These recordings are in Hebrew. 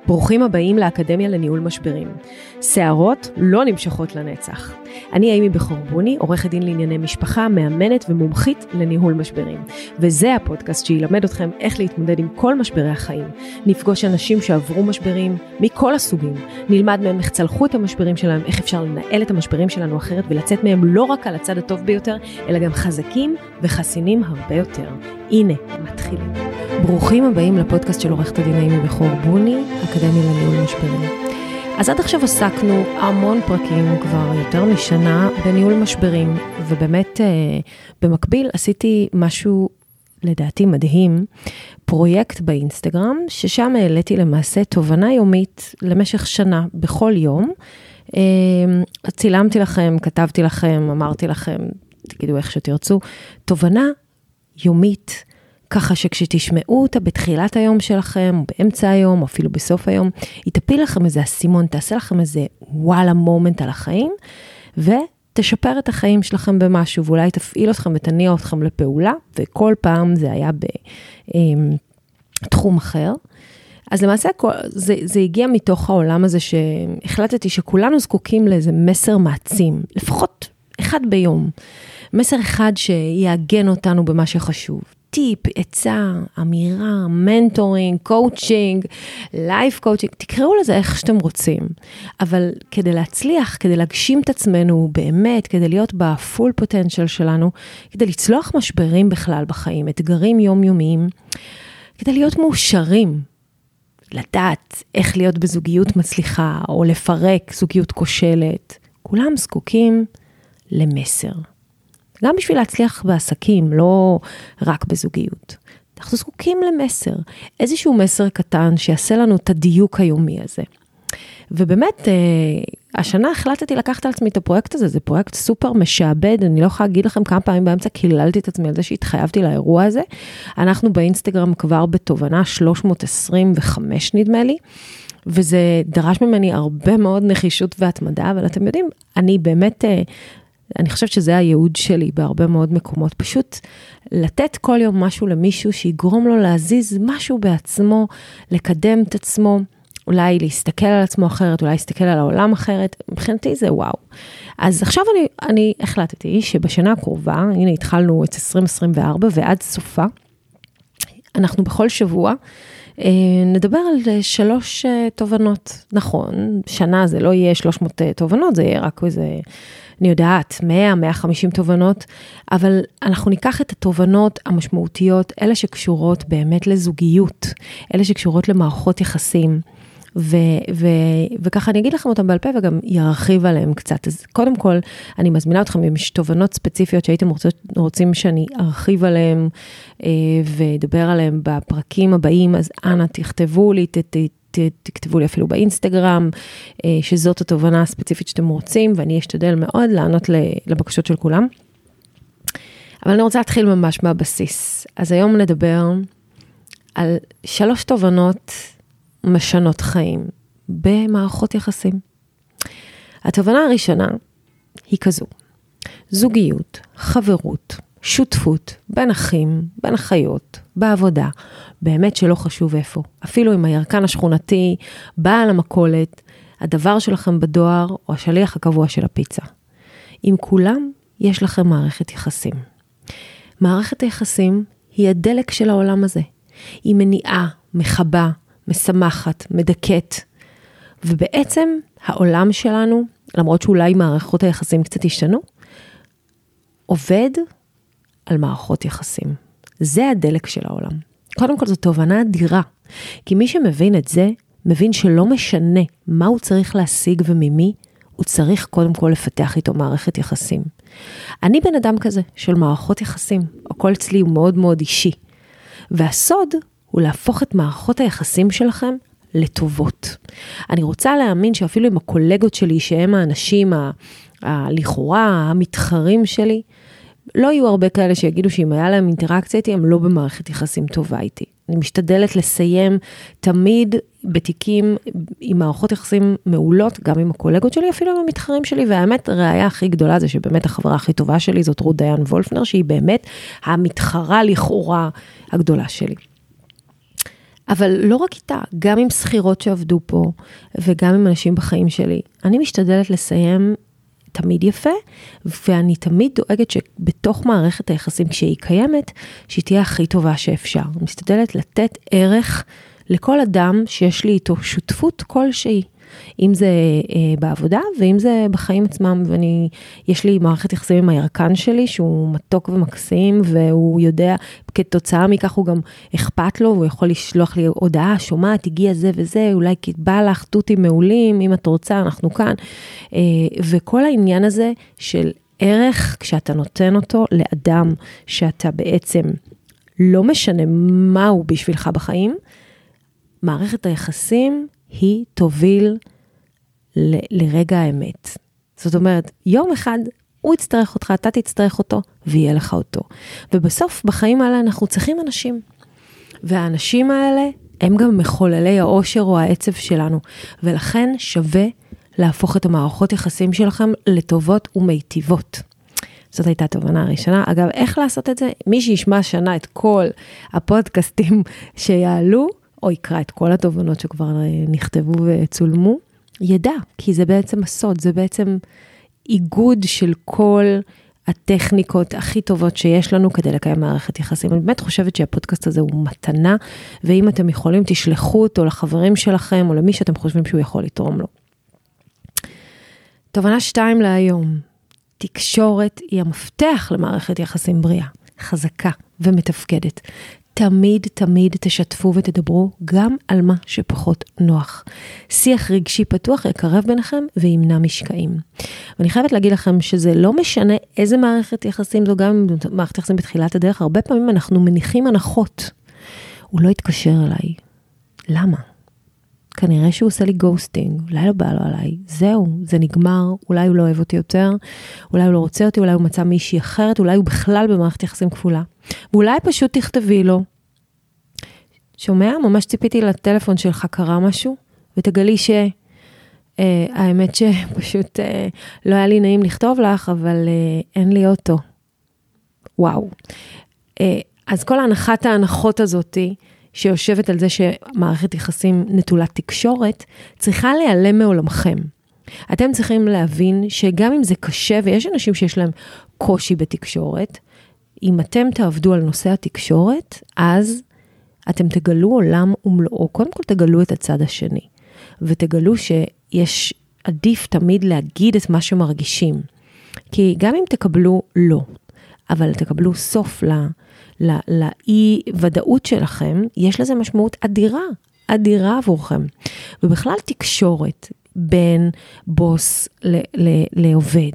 ברוכים הבאים לאקדמיה לניהול משברים. שערות לא נמשכות לנצח. אני אימי בחורבוני, עורכת דין לענייני משפחה, מאמנת ומומחית לניהול משברים. וזה הפודקאסט שילמד אתכם איך להתמודד עם כל משברי החיים. נפגוש אנשים שעברו משברים מכל הסוגים. נלמד מהם איך צלחו את המשברים שלהם, איך אפשר לנהל את המשברים שלנו אחרת ולצאת מהם לא רק על הצד הטוב ביותר, אלא גם חזקים וחסינים הרבה יותר. הנה, מתחילים. ברוכים הבאים לפודקאסט של עורכת הדין אימי בחורבוני, אקדמיה לניהול משברים. אז עד עכשיו עסקנו המון פרקים כבר יותר משנה בניהול משברים, ובאמת במקביל עשיתי משהו לדעתי מדהים, פרויקט באינסטגרם, ששם העליתי למעשה תובנה יומית למשך שנה בכל יום. צילמתי לכם, כתבתי לכם, אמרתי לכם, תגידו איך שתרצו, תובנה יומית, ככה שכשתשמעו אותה בתחילת היום שלכם, או באמצע היום, או אפילו בסוף היום, יטפיל לכם איזה אסימון, תעשה לכם איזה וואלה מומנט על החיים, ותשפר את החיים שלכם במשהו, ואולי תפעיל אתכם ותניע אתכם לפעולה, וכל פעם זה היה בתחום אחר. אז למעשה זה הגיע מתוך העולם הזה שהחלטתי שכולנו זקוקים לאיזה מסר מעצים, לפחות אחד ביום. מסר אחד שיעגן אותנו במה שחשוב. טיפ, עצה, אמירה, מנטורינג, קואוצ'ינג, לייף קואוצ'ינג, תקראו לזה איך שאתם רוצים. אבל כדי להצליח, כדי להגשים את עצמנו באמת, כדי להיות בפול פוטנציאל שלנו, כדי לצלוח משברים בכלל בחיים, אתגרים יומיומיים, כדי להיות מאושרים, לדעת איך להיות בזוגיות מצליחה, או לפרק זוגיות כושלת, כולם זקוקים למסר. גם בשביל להצליח בעסקים, לא רק בזוגיות. אנחנו זקוקים למסר, איזשהו מסר קטן שיעשה לנו את הדיוק היומי הזה. ובאמת, השנה החלטתי לקחת על עצמי את הפרויקט הזה, זה פרויקט סופר משעבד, אני לא יכולה להגיד לכם כמה פעמים באמצע, קיללתי את עצמי על זה שהתחייבתי לאירוע הזה. אנחנו באינסטגרם כבר בתובנה 325 נדמה לי, וזה דרש ממני הרבה מאוד נחישות והתמדה, אבל אתם יודעים, אני באמת אני חושבת שזה הייעוד שלי בהרבה מאוד מקומות, פשוט לתת כל יום משהו למישהו שיגרום לו להזיז משהו בעצמו, לקדם את עצמו, אולי להסתכל על עצמו אחרת, אולי להסתכל על העולם אחרת, מבחינתי זה וואו. אז עכשיו אני החלטתי שבשנה הקרובה, הנה התחלנו את 2024 ועד סופה, אנחנו בכל שבוע נדבר על 3 תובנות. נכון, שנה זה לא יהיה 300 תובנות, זה יהיה רק איזה, אני יודעת, 100, 150 תובנות, אבל אנחנו ניקח את התובנות המשמעותיות, אלה שקשורות באמת לזוגיות, אלה שקשורות למערכות יחסים, וככה אני אגיד לכם אותם בעל פה וגם ירחיב עליהם קצת. אז קודם כל, אני מזמינה אתכם עם תובנות ספציפיות שהייתם רוצים שאני ארחיב עליהם ודבר עליהם בפרקים הבאים, אז אנא תכתבו לי, תכתבו לי אפילו באינסטגרם, שזאת התובנה הספציפית שאתם רוצים, ואני אשתדל מאוד לענות לבקשות של כולם. אבל אני רוצה להתחיל ממש מהבסיס. אז היום נדבר על 3 תובנות משנות חיים במערכות יחסים. התובנה הראשונה היא כזו, זוגיות, חברות, שותפות, בין אחים, בין אחיות, בעבודה, באמת שלא חשוב איפה. אפילו אם הירקן השכונתי, בעל המכולת, הדבר שלכם בדואר, או השליח הקבוע של הפיצה. עם כולם יש לכם מערכת יחסים. מערכת היחסים היא הדלק של העולם הזה. היא מניעה, מחבה, משמחת, מדכאת. ובעצם העולם שלנו, למרות שאולי מערכות היחסים קצת השתנו, עובד על מערכות יחסים. זה הדלק של העולם. קודם כל זו תובנה אדירה, כי מי שמבין את זה, מבין שלא משנה מה הוא צריך להשיג וממי, הוא צריך קודם כל לפתח איתו מערכת יחסים. אני בן אדם כזה של מערכות יחסים, הכל אצלי הוא מאוד מאוד אישי. והסוד הוא להפוך את מערכות היחסים שלכם לטובות. אני רוצה להאמין שאפילו עם הקולגות שלי, שהם האנשים לכאורה המתחרים שלי, לא יהיו הרבה כאלה שיגידו שאם היה להם אינטראקציה איתי, הם לא במערכת יחסים טובה איתי. אני משתדלת לסיים תמיד בתיקים עם מערכות יחסים מעולות, גם עם הקולגות שלי, אפילו עם המתחרים שלי, והאמת, הראייה הכי גדולה זה שבאמת החברה הכי טובה שלי, זאת רות דיין וולפנר, שהיא באמת המתחרה לכאורה הגדולה שלי. אבל לא רק איתה, גם עם שכירות שעבדו פה, וגם עם אנשים בחיים שלי. אני משתדלת לסיים תמיד יפה, ואני תמיד דואגת שבתוך מערכת היחסים כשהיא קיימת, שהיא תהיה הכי טובה שאפשר. אני משתדלת לתת ערך לכל אדם שיש לי איתו שותפות כלשהי. אם זה בעבודה, ואם זה בחיים עצמם, יש לי מערכת יחסים עם הירקן שלי, שהוא מתוק ומקסים, והוא יודע, כתוצאה מכך הוא גם אכפת לו, והוא יכול לשלוח לי הודעה, שומעת, הגיע זה וזה, אולי בא לך תותים מעולים, אם את רוצה, אנחנו כאן. וכל העניין הזה של ערך, כשאתה נותן אותו לאדם, שאתה בעצם לא משנה מהו בשבילך בחיים, מערכת היחסים, היא תוביל לרגע האמת. זאת אומרת, יום אחד הוא יצטרך אותך, אתה תצטרך אותו, ויהיה לך אותו. ובסוף, בחיים האלה אנחנו צריכים אנשים. והאנשים האלה, הם גם מחוללי האושר או העצב שלנו. ולכן שווה להפוך את המערכות יחסים שלכם לטובות ומיטיבות. זאת הייתה התובנה הראשונה. אגב, איך לעשות את זה? מי שישמע שנה את כל הפודקאסטים שיעלו, או יקרא את כל התובנות שכבר נכתבו וצולמו, ידע, כי זה בעצם הסוד, זה בעצם איגוד של כל הטכניקות הכי טובות שיש לנו כדי לקיים מערכת יחסים. אני באמת חושבת שהפודקאסט הזה הוא מתנה, ואם אתם יכולים תשלחו אותו לחברים שלכם, או למי שאתם חושבים שהוא יכול לתרום לו. תובנה 2 להיום, תקשורת היא המפתח למערכת יחסים בריאה, חזקה ומתפקדת. תמיד תשתפו ותדברו גם על מה שפחות נוח. שיח רגשי פתוח יקרב ביניכם וימנע משקעים. ואני חייבת להגיד לכם שזה לא משנה איזה מערכת יחסים, זו גם מערכת יחסים בתחילת הדרך, הרבה פעמים אנחנו מניחים הנחות. הוא לא יתקשר אליי. למה? כנראה שהוא עושה לי גוסטינג, אולי לא בא לו עליי, זהו, זה נגמר, אולי הוא לא אוהב אותי יותר, אולי הוא לא רוצה אותי, אולי הוא מצא מישהי אחרת, אולי הוא בכלל במערכת יחסים כפולה. ואולי פשוט תכתבי לו, שומע? ממש ציפיתי לטלפון שלך קרה משהו, ותגלי שהאמת שפשוט לא היה לי נעים לכתוב לך, אבל אין לי אוטו. וואו. אז כל ההנחת ההנחות הזאתי, שיושבת על זה שמערכת יחסים נטולת תקשורת, צריכה להיעלם מעולמכם. אתם צריכים להבין שגם אם זה קשה, ויש אנשים שיש להם קושי בתקשורת, אם אתם תעבדו על נושא התקשורת, אז אתם תגלו עולם ומלואו. קודם כל תגלו את הצד השני, ותגלו שיש עדיף תמיד להגיד את מה שמרגישים. כי גם אם תקבלו לא, אבל תקבלו סוף לאי ודאות שלכם, יש לזה משמעות אדירה עבורכם. ובכלל תקשורת בין בוס לעובד,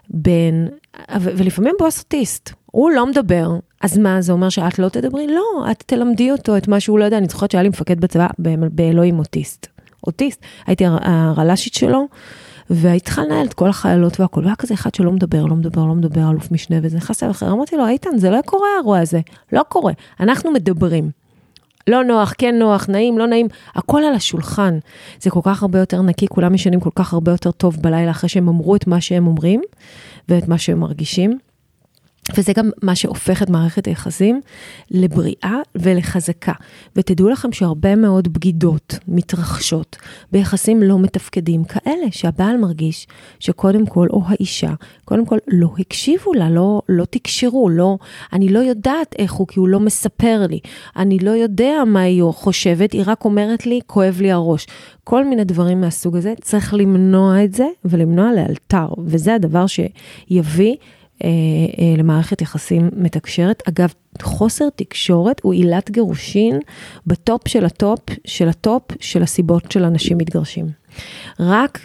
ולפעמים בוס אוטיסט, הוא לא מדבר, אז מה, זה אומר שאת לא תדברי? לא, את תלמדי אותו את מה שהוא לא יודע. אני זוכרת שהיה לי מפקד בצבא באלוהים אוטיסט. הייתי הרל"שית שלו, והתחל לנהל את כל החיילות והכל, והיה כזה אחד שלא מדבר, אלוף משנה, וזה חסר אחר. אמרתי לו, איתן, זה לא קורה האירוע הזה, לא קורה, אנחנו מדברים. לא נוח, כן נוח, נעים, לא נעים, הכל על השולחן. זה כל כך הרבה יותר נקי, כולם ישנים כל כך הרבה יותר טוב בלילה, אחרי שהם אמרו את מה שהם אומרים, ואת מה שהם מרגישים. וזה גם מה שהופך את מערכת היחסים לבריאה ולחזקה. ותדעו לכם שהרבה מאוד בגידות מתרחשות ביחסים לא מתפקדים כאלה, שהבעל מרגיש שקודם כל, או האישה, קודם כל לא הקשיבו לה, לא תקשרו, אני לא יודעת איך הוא, כי הוא לא מספר לי, אני לא יודע מה היא חושבת, היא רק אומרת לי, כואב לי הראש. כל מיני דברים מהסוג הזה, צריך למנוע את זה, ולמנוע לאלתר, וזה הדבר שיביא למערכת יחסים מתקשרת. אגב, חוסר תקשורת הוא עילת גירושין בטופ של הטופ של הטופ של הסיבות של אנשים מתגרשים. רק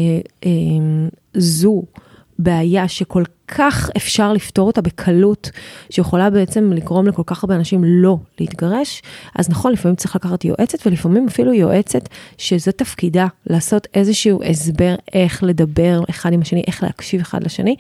זו בעיה שכל כך אפשר לפתור אותה בקלות, שיכולה בעצם לגרום לכל כך הרבה אנשים לא להתגרש. אז נכון, לפעמים צריך לקחת יועצת, ולפעמים אפילו יועצת שזה תפקידה, לעשות איזשהו הסבר איך לדבר אחד עם השני, איך להקשיב אחד לשני,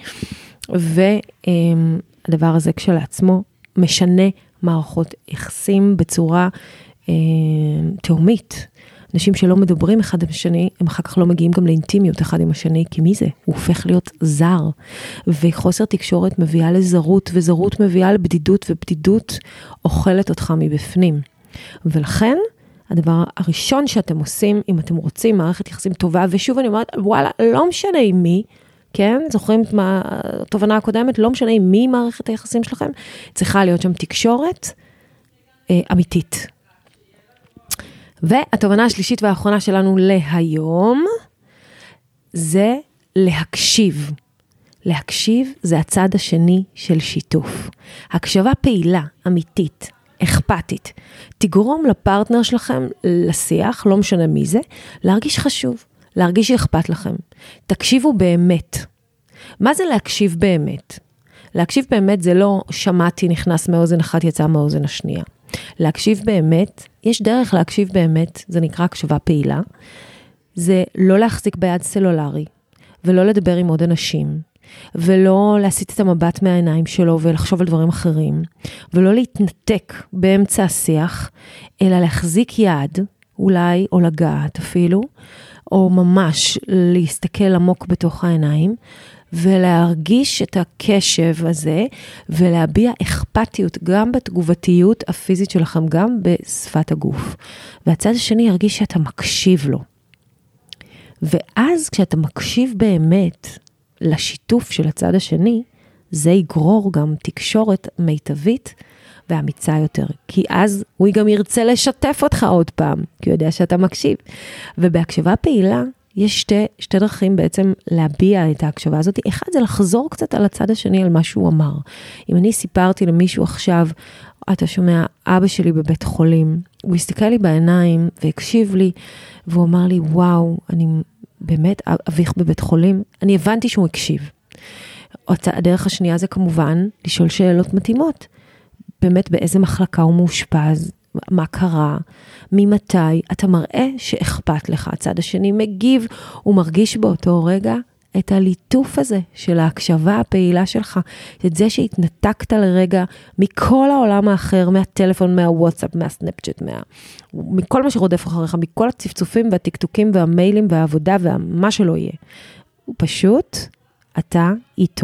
והדבר הזה כשלעצמו משנה מערכות יחסים בצורה תאומית. אנשים שלא מדברים אחד עם השני, הם אחר כך לא מגיעים גם לאינטימיות אחד עם השני, כי מי זה? הוא הופך להיות זר. וחוסר תקשורת מביאה לזרות, וזרות מביאה לבדידות, ובדידות אוכלת אותך מבפנים. ולכן הדבר הראשון שאתם עושים, אם אתם רוצים מערכת יחסים טובה, ושוב אני אומרת, וואלה, לא משנה עם מי, כן? זוכרים את התובנה הקודמת? לא משנה עם מי מערכת היחסים שלכם, צריכה להיות שם תקשורת אמיתית. והתובנה השלישית והאחרונה שלנו להיום, זה להקשיב. להקשיב זה הצד השני של שיתוף. הקשבה פעילה, אמיתית, אכפתית, תגרום לפרטנר שלכם לשיח, לא משנה מי זה, להרגיש חשוב, להרגיש שאכפת לכם. תקשיבו באמת. מה זה להקשיב באמת? להקשיב באמת זה לא שמעתי, נכנס מאוזן אחת, יצא מאוזן השנייה. להקשיב באמת, יש דרך להקשיב באמת, זה נקרא הקשבה פעילה, זה לא להחזיק ביד סלולרי, ולא לדבר עם עוד אנשים, ולא להסיט את המבט מהעיניים שלו, ולחשוב על דברים אחרים, ולא להתנתק באמצע השיח, אלא להחזיק יד, אולי, או לגעת אפילו, או ממש להסתכל עמוק בתוך העיניים, ולהרגיש את הקשב הזה, ולהביע אכפתיות גם בתגובתיות הפיזית שלכם, גם בשפת הגוף. והצד השני ירגיש שאתה מקשיב לו. ואז כשאתה מקשיב באמת לשיתוף של הצד השני, זה יגרור גם תקשורת מיטבית ואמיצה יותר. כי אז הוא גם ירצה לשתף אותך עוד פעם, כי הוא יודע שאתה מקשיב. ובהקשבה פעילה, יש שתי דרכים בעצם להביע את ההקשבה הזאת. אחד זה לחזור קצת על הצד השני, על מה שהוא אמר. אם אני סיפרתי למישהו עכשיו, אתה שומע, אבא שלי בבית חולים, הוא הסתכל לי בעיניים והקשיב לי, והוא אמר לי, וואו, אני באמת אביך בבית חולים, אני הבנתי שהוא הקשיב. הדרך השנייה זה כמובן לשאול שאלות מתאימות. באמת באיזה מחלקה הוא מאושפז, מה קרה, ממתי, אתה מראה שאכפת לך, הצד השני מגיב, הוא מרגיש באותו רגע את הליטוף הזה של ההקשבה הפעילה שלך, את זה שהתנתקת לרגע מכל העולם האחר, מהטלפון, מהוואטסאפ, מהסנאפצ'אט, מכל מה שרודף אחריך, מכל הצפצופים והטקטוקים והמיילים והעבודה ומה שלא יהיה. הוא פשוט, אתה איתו.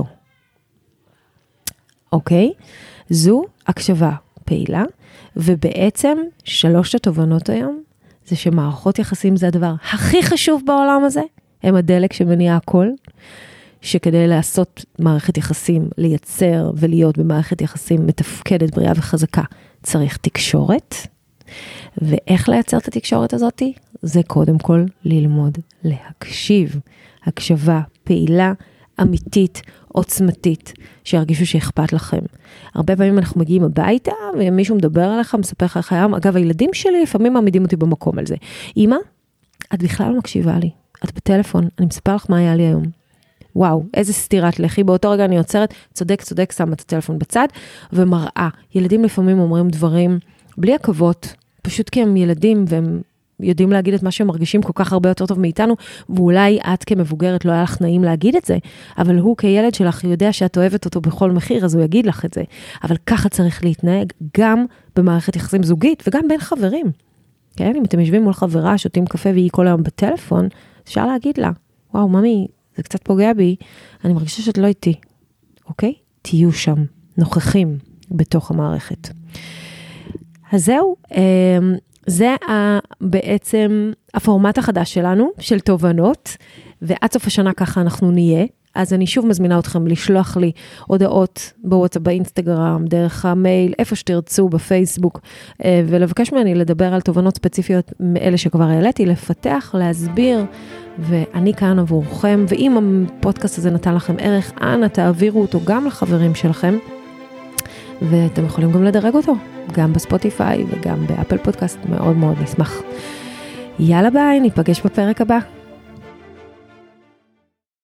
אוקיי? זו הקשבה פעילה, ובעצם 3 התובנות היום, זה שמערכות יחסים זה הדבר הכי חשוב בעולם הזה, הם הדלק שמניע הכל, שכדי לעשות מערכת יחסים, לייצר ולהיות במערכת יחסים מתפקדת, בריאה וחזקה, צריך תקשורת, ואיך לייצר את התקשורת הזאת? זה קודם כל ללמוד להקשיב, הקשבה פעילה, אמיתית, עוצמתית, שירגישו שאכפת לכם. הרבה פעמים אנחנו מגיעים הביתה, ומישהו מדבר עליך, מספר לך איך היום. אגב, הילדים שלי לפעמים מעמידים אותי במקום על זה. אמא, את בכלל לא מקשיבה לי. את בטלפון, אני מספר לך מה היה לי היום. וואו, איזה סתירת לחי. באותו רגע אני יוצרת, צודק, שמה את הטלפון בצד, ומראה. ילדים לפעמים אומרים דברים בלי עכבות, פשוט כי הם ילדים, והם יודעים להגיד את מה שהם מרגישים כל כך הרבה יותר טוב מאיתנו, ואולי את כמבוגרת לא היה לך נעים להגיד את זה, אבל הוא כילד שלך יודע שאת אוהבת אותו בכל מחיר, אז הוא יגיד לך את זה. אבל ככה צריך להתנהג גם במערכת יחסים זוגית, וגם בין חברים. כן? אם אתם יושבים מול חברה, שותים קפה והיא כל היום בטלפון, אפשר להגיד לה, וואו, ממי, זה קצת פוגע בי, אני מרגישה שאת לא איתי. אוקיי? תהיו שם, נוכחים בתוך המערכת. אז זהו, זה בעצם הפורמט החדש שלנו, של תובנות, ועד סוף השנה ככה אנחנו נהיה. אז אני שוב מזמינה אתכם לשלוח לי הודעות בוואטסאפ, באינסטגרם, דרך המייל, איפה שתרצו, בפייסבוק, ולבקש ממני לדבר על תובנות ספציפיות מאלה שכבר העליתי, לפתח, להסביר, ואני כאן עבורכם, ואם הפודקאסט הזה נתן לכם ערך, אנא תעבירו אותו גם לחברים שלכם, ואתם יכולים גם לדרג אותו, גם בספוטיפיי וגם באפל פודקאסט, מאוד מאוד נשמח. יאללה ביי, ניפגש בפרק הבא.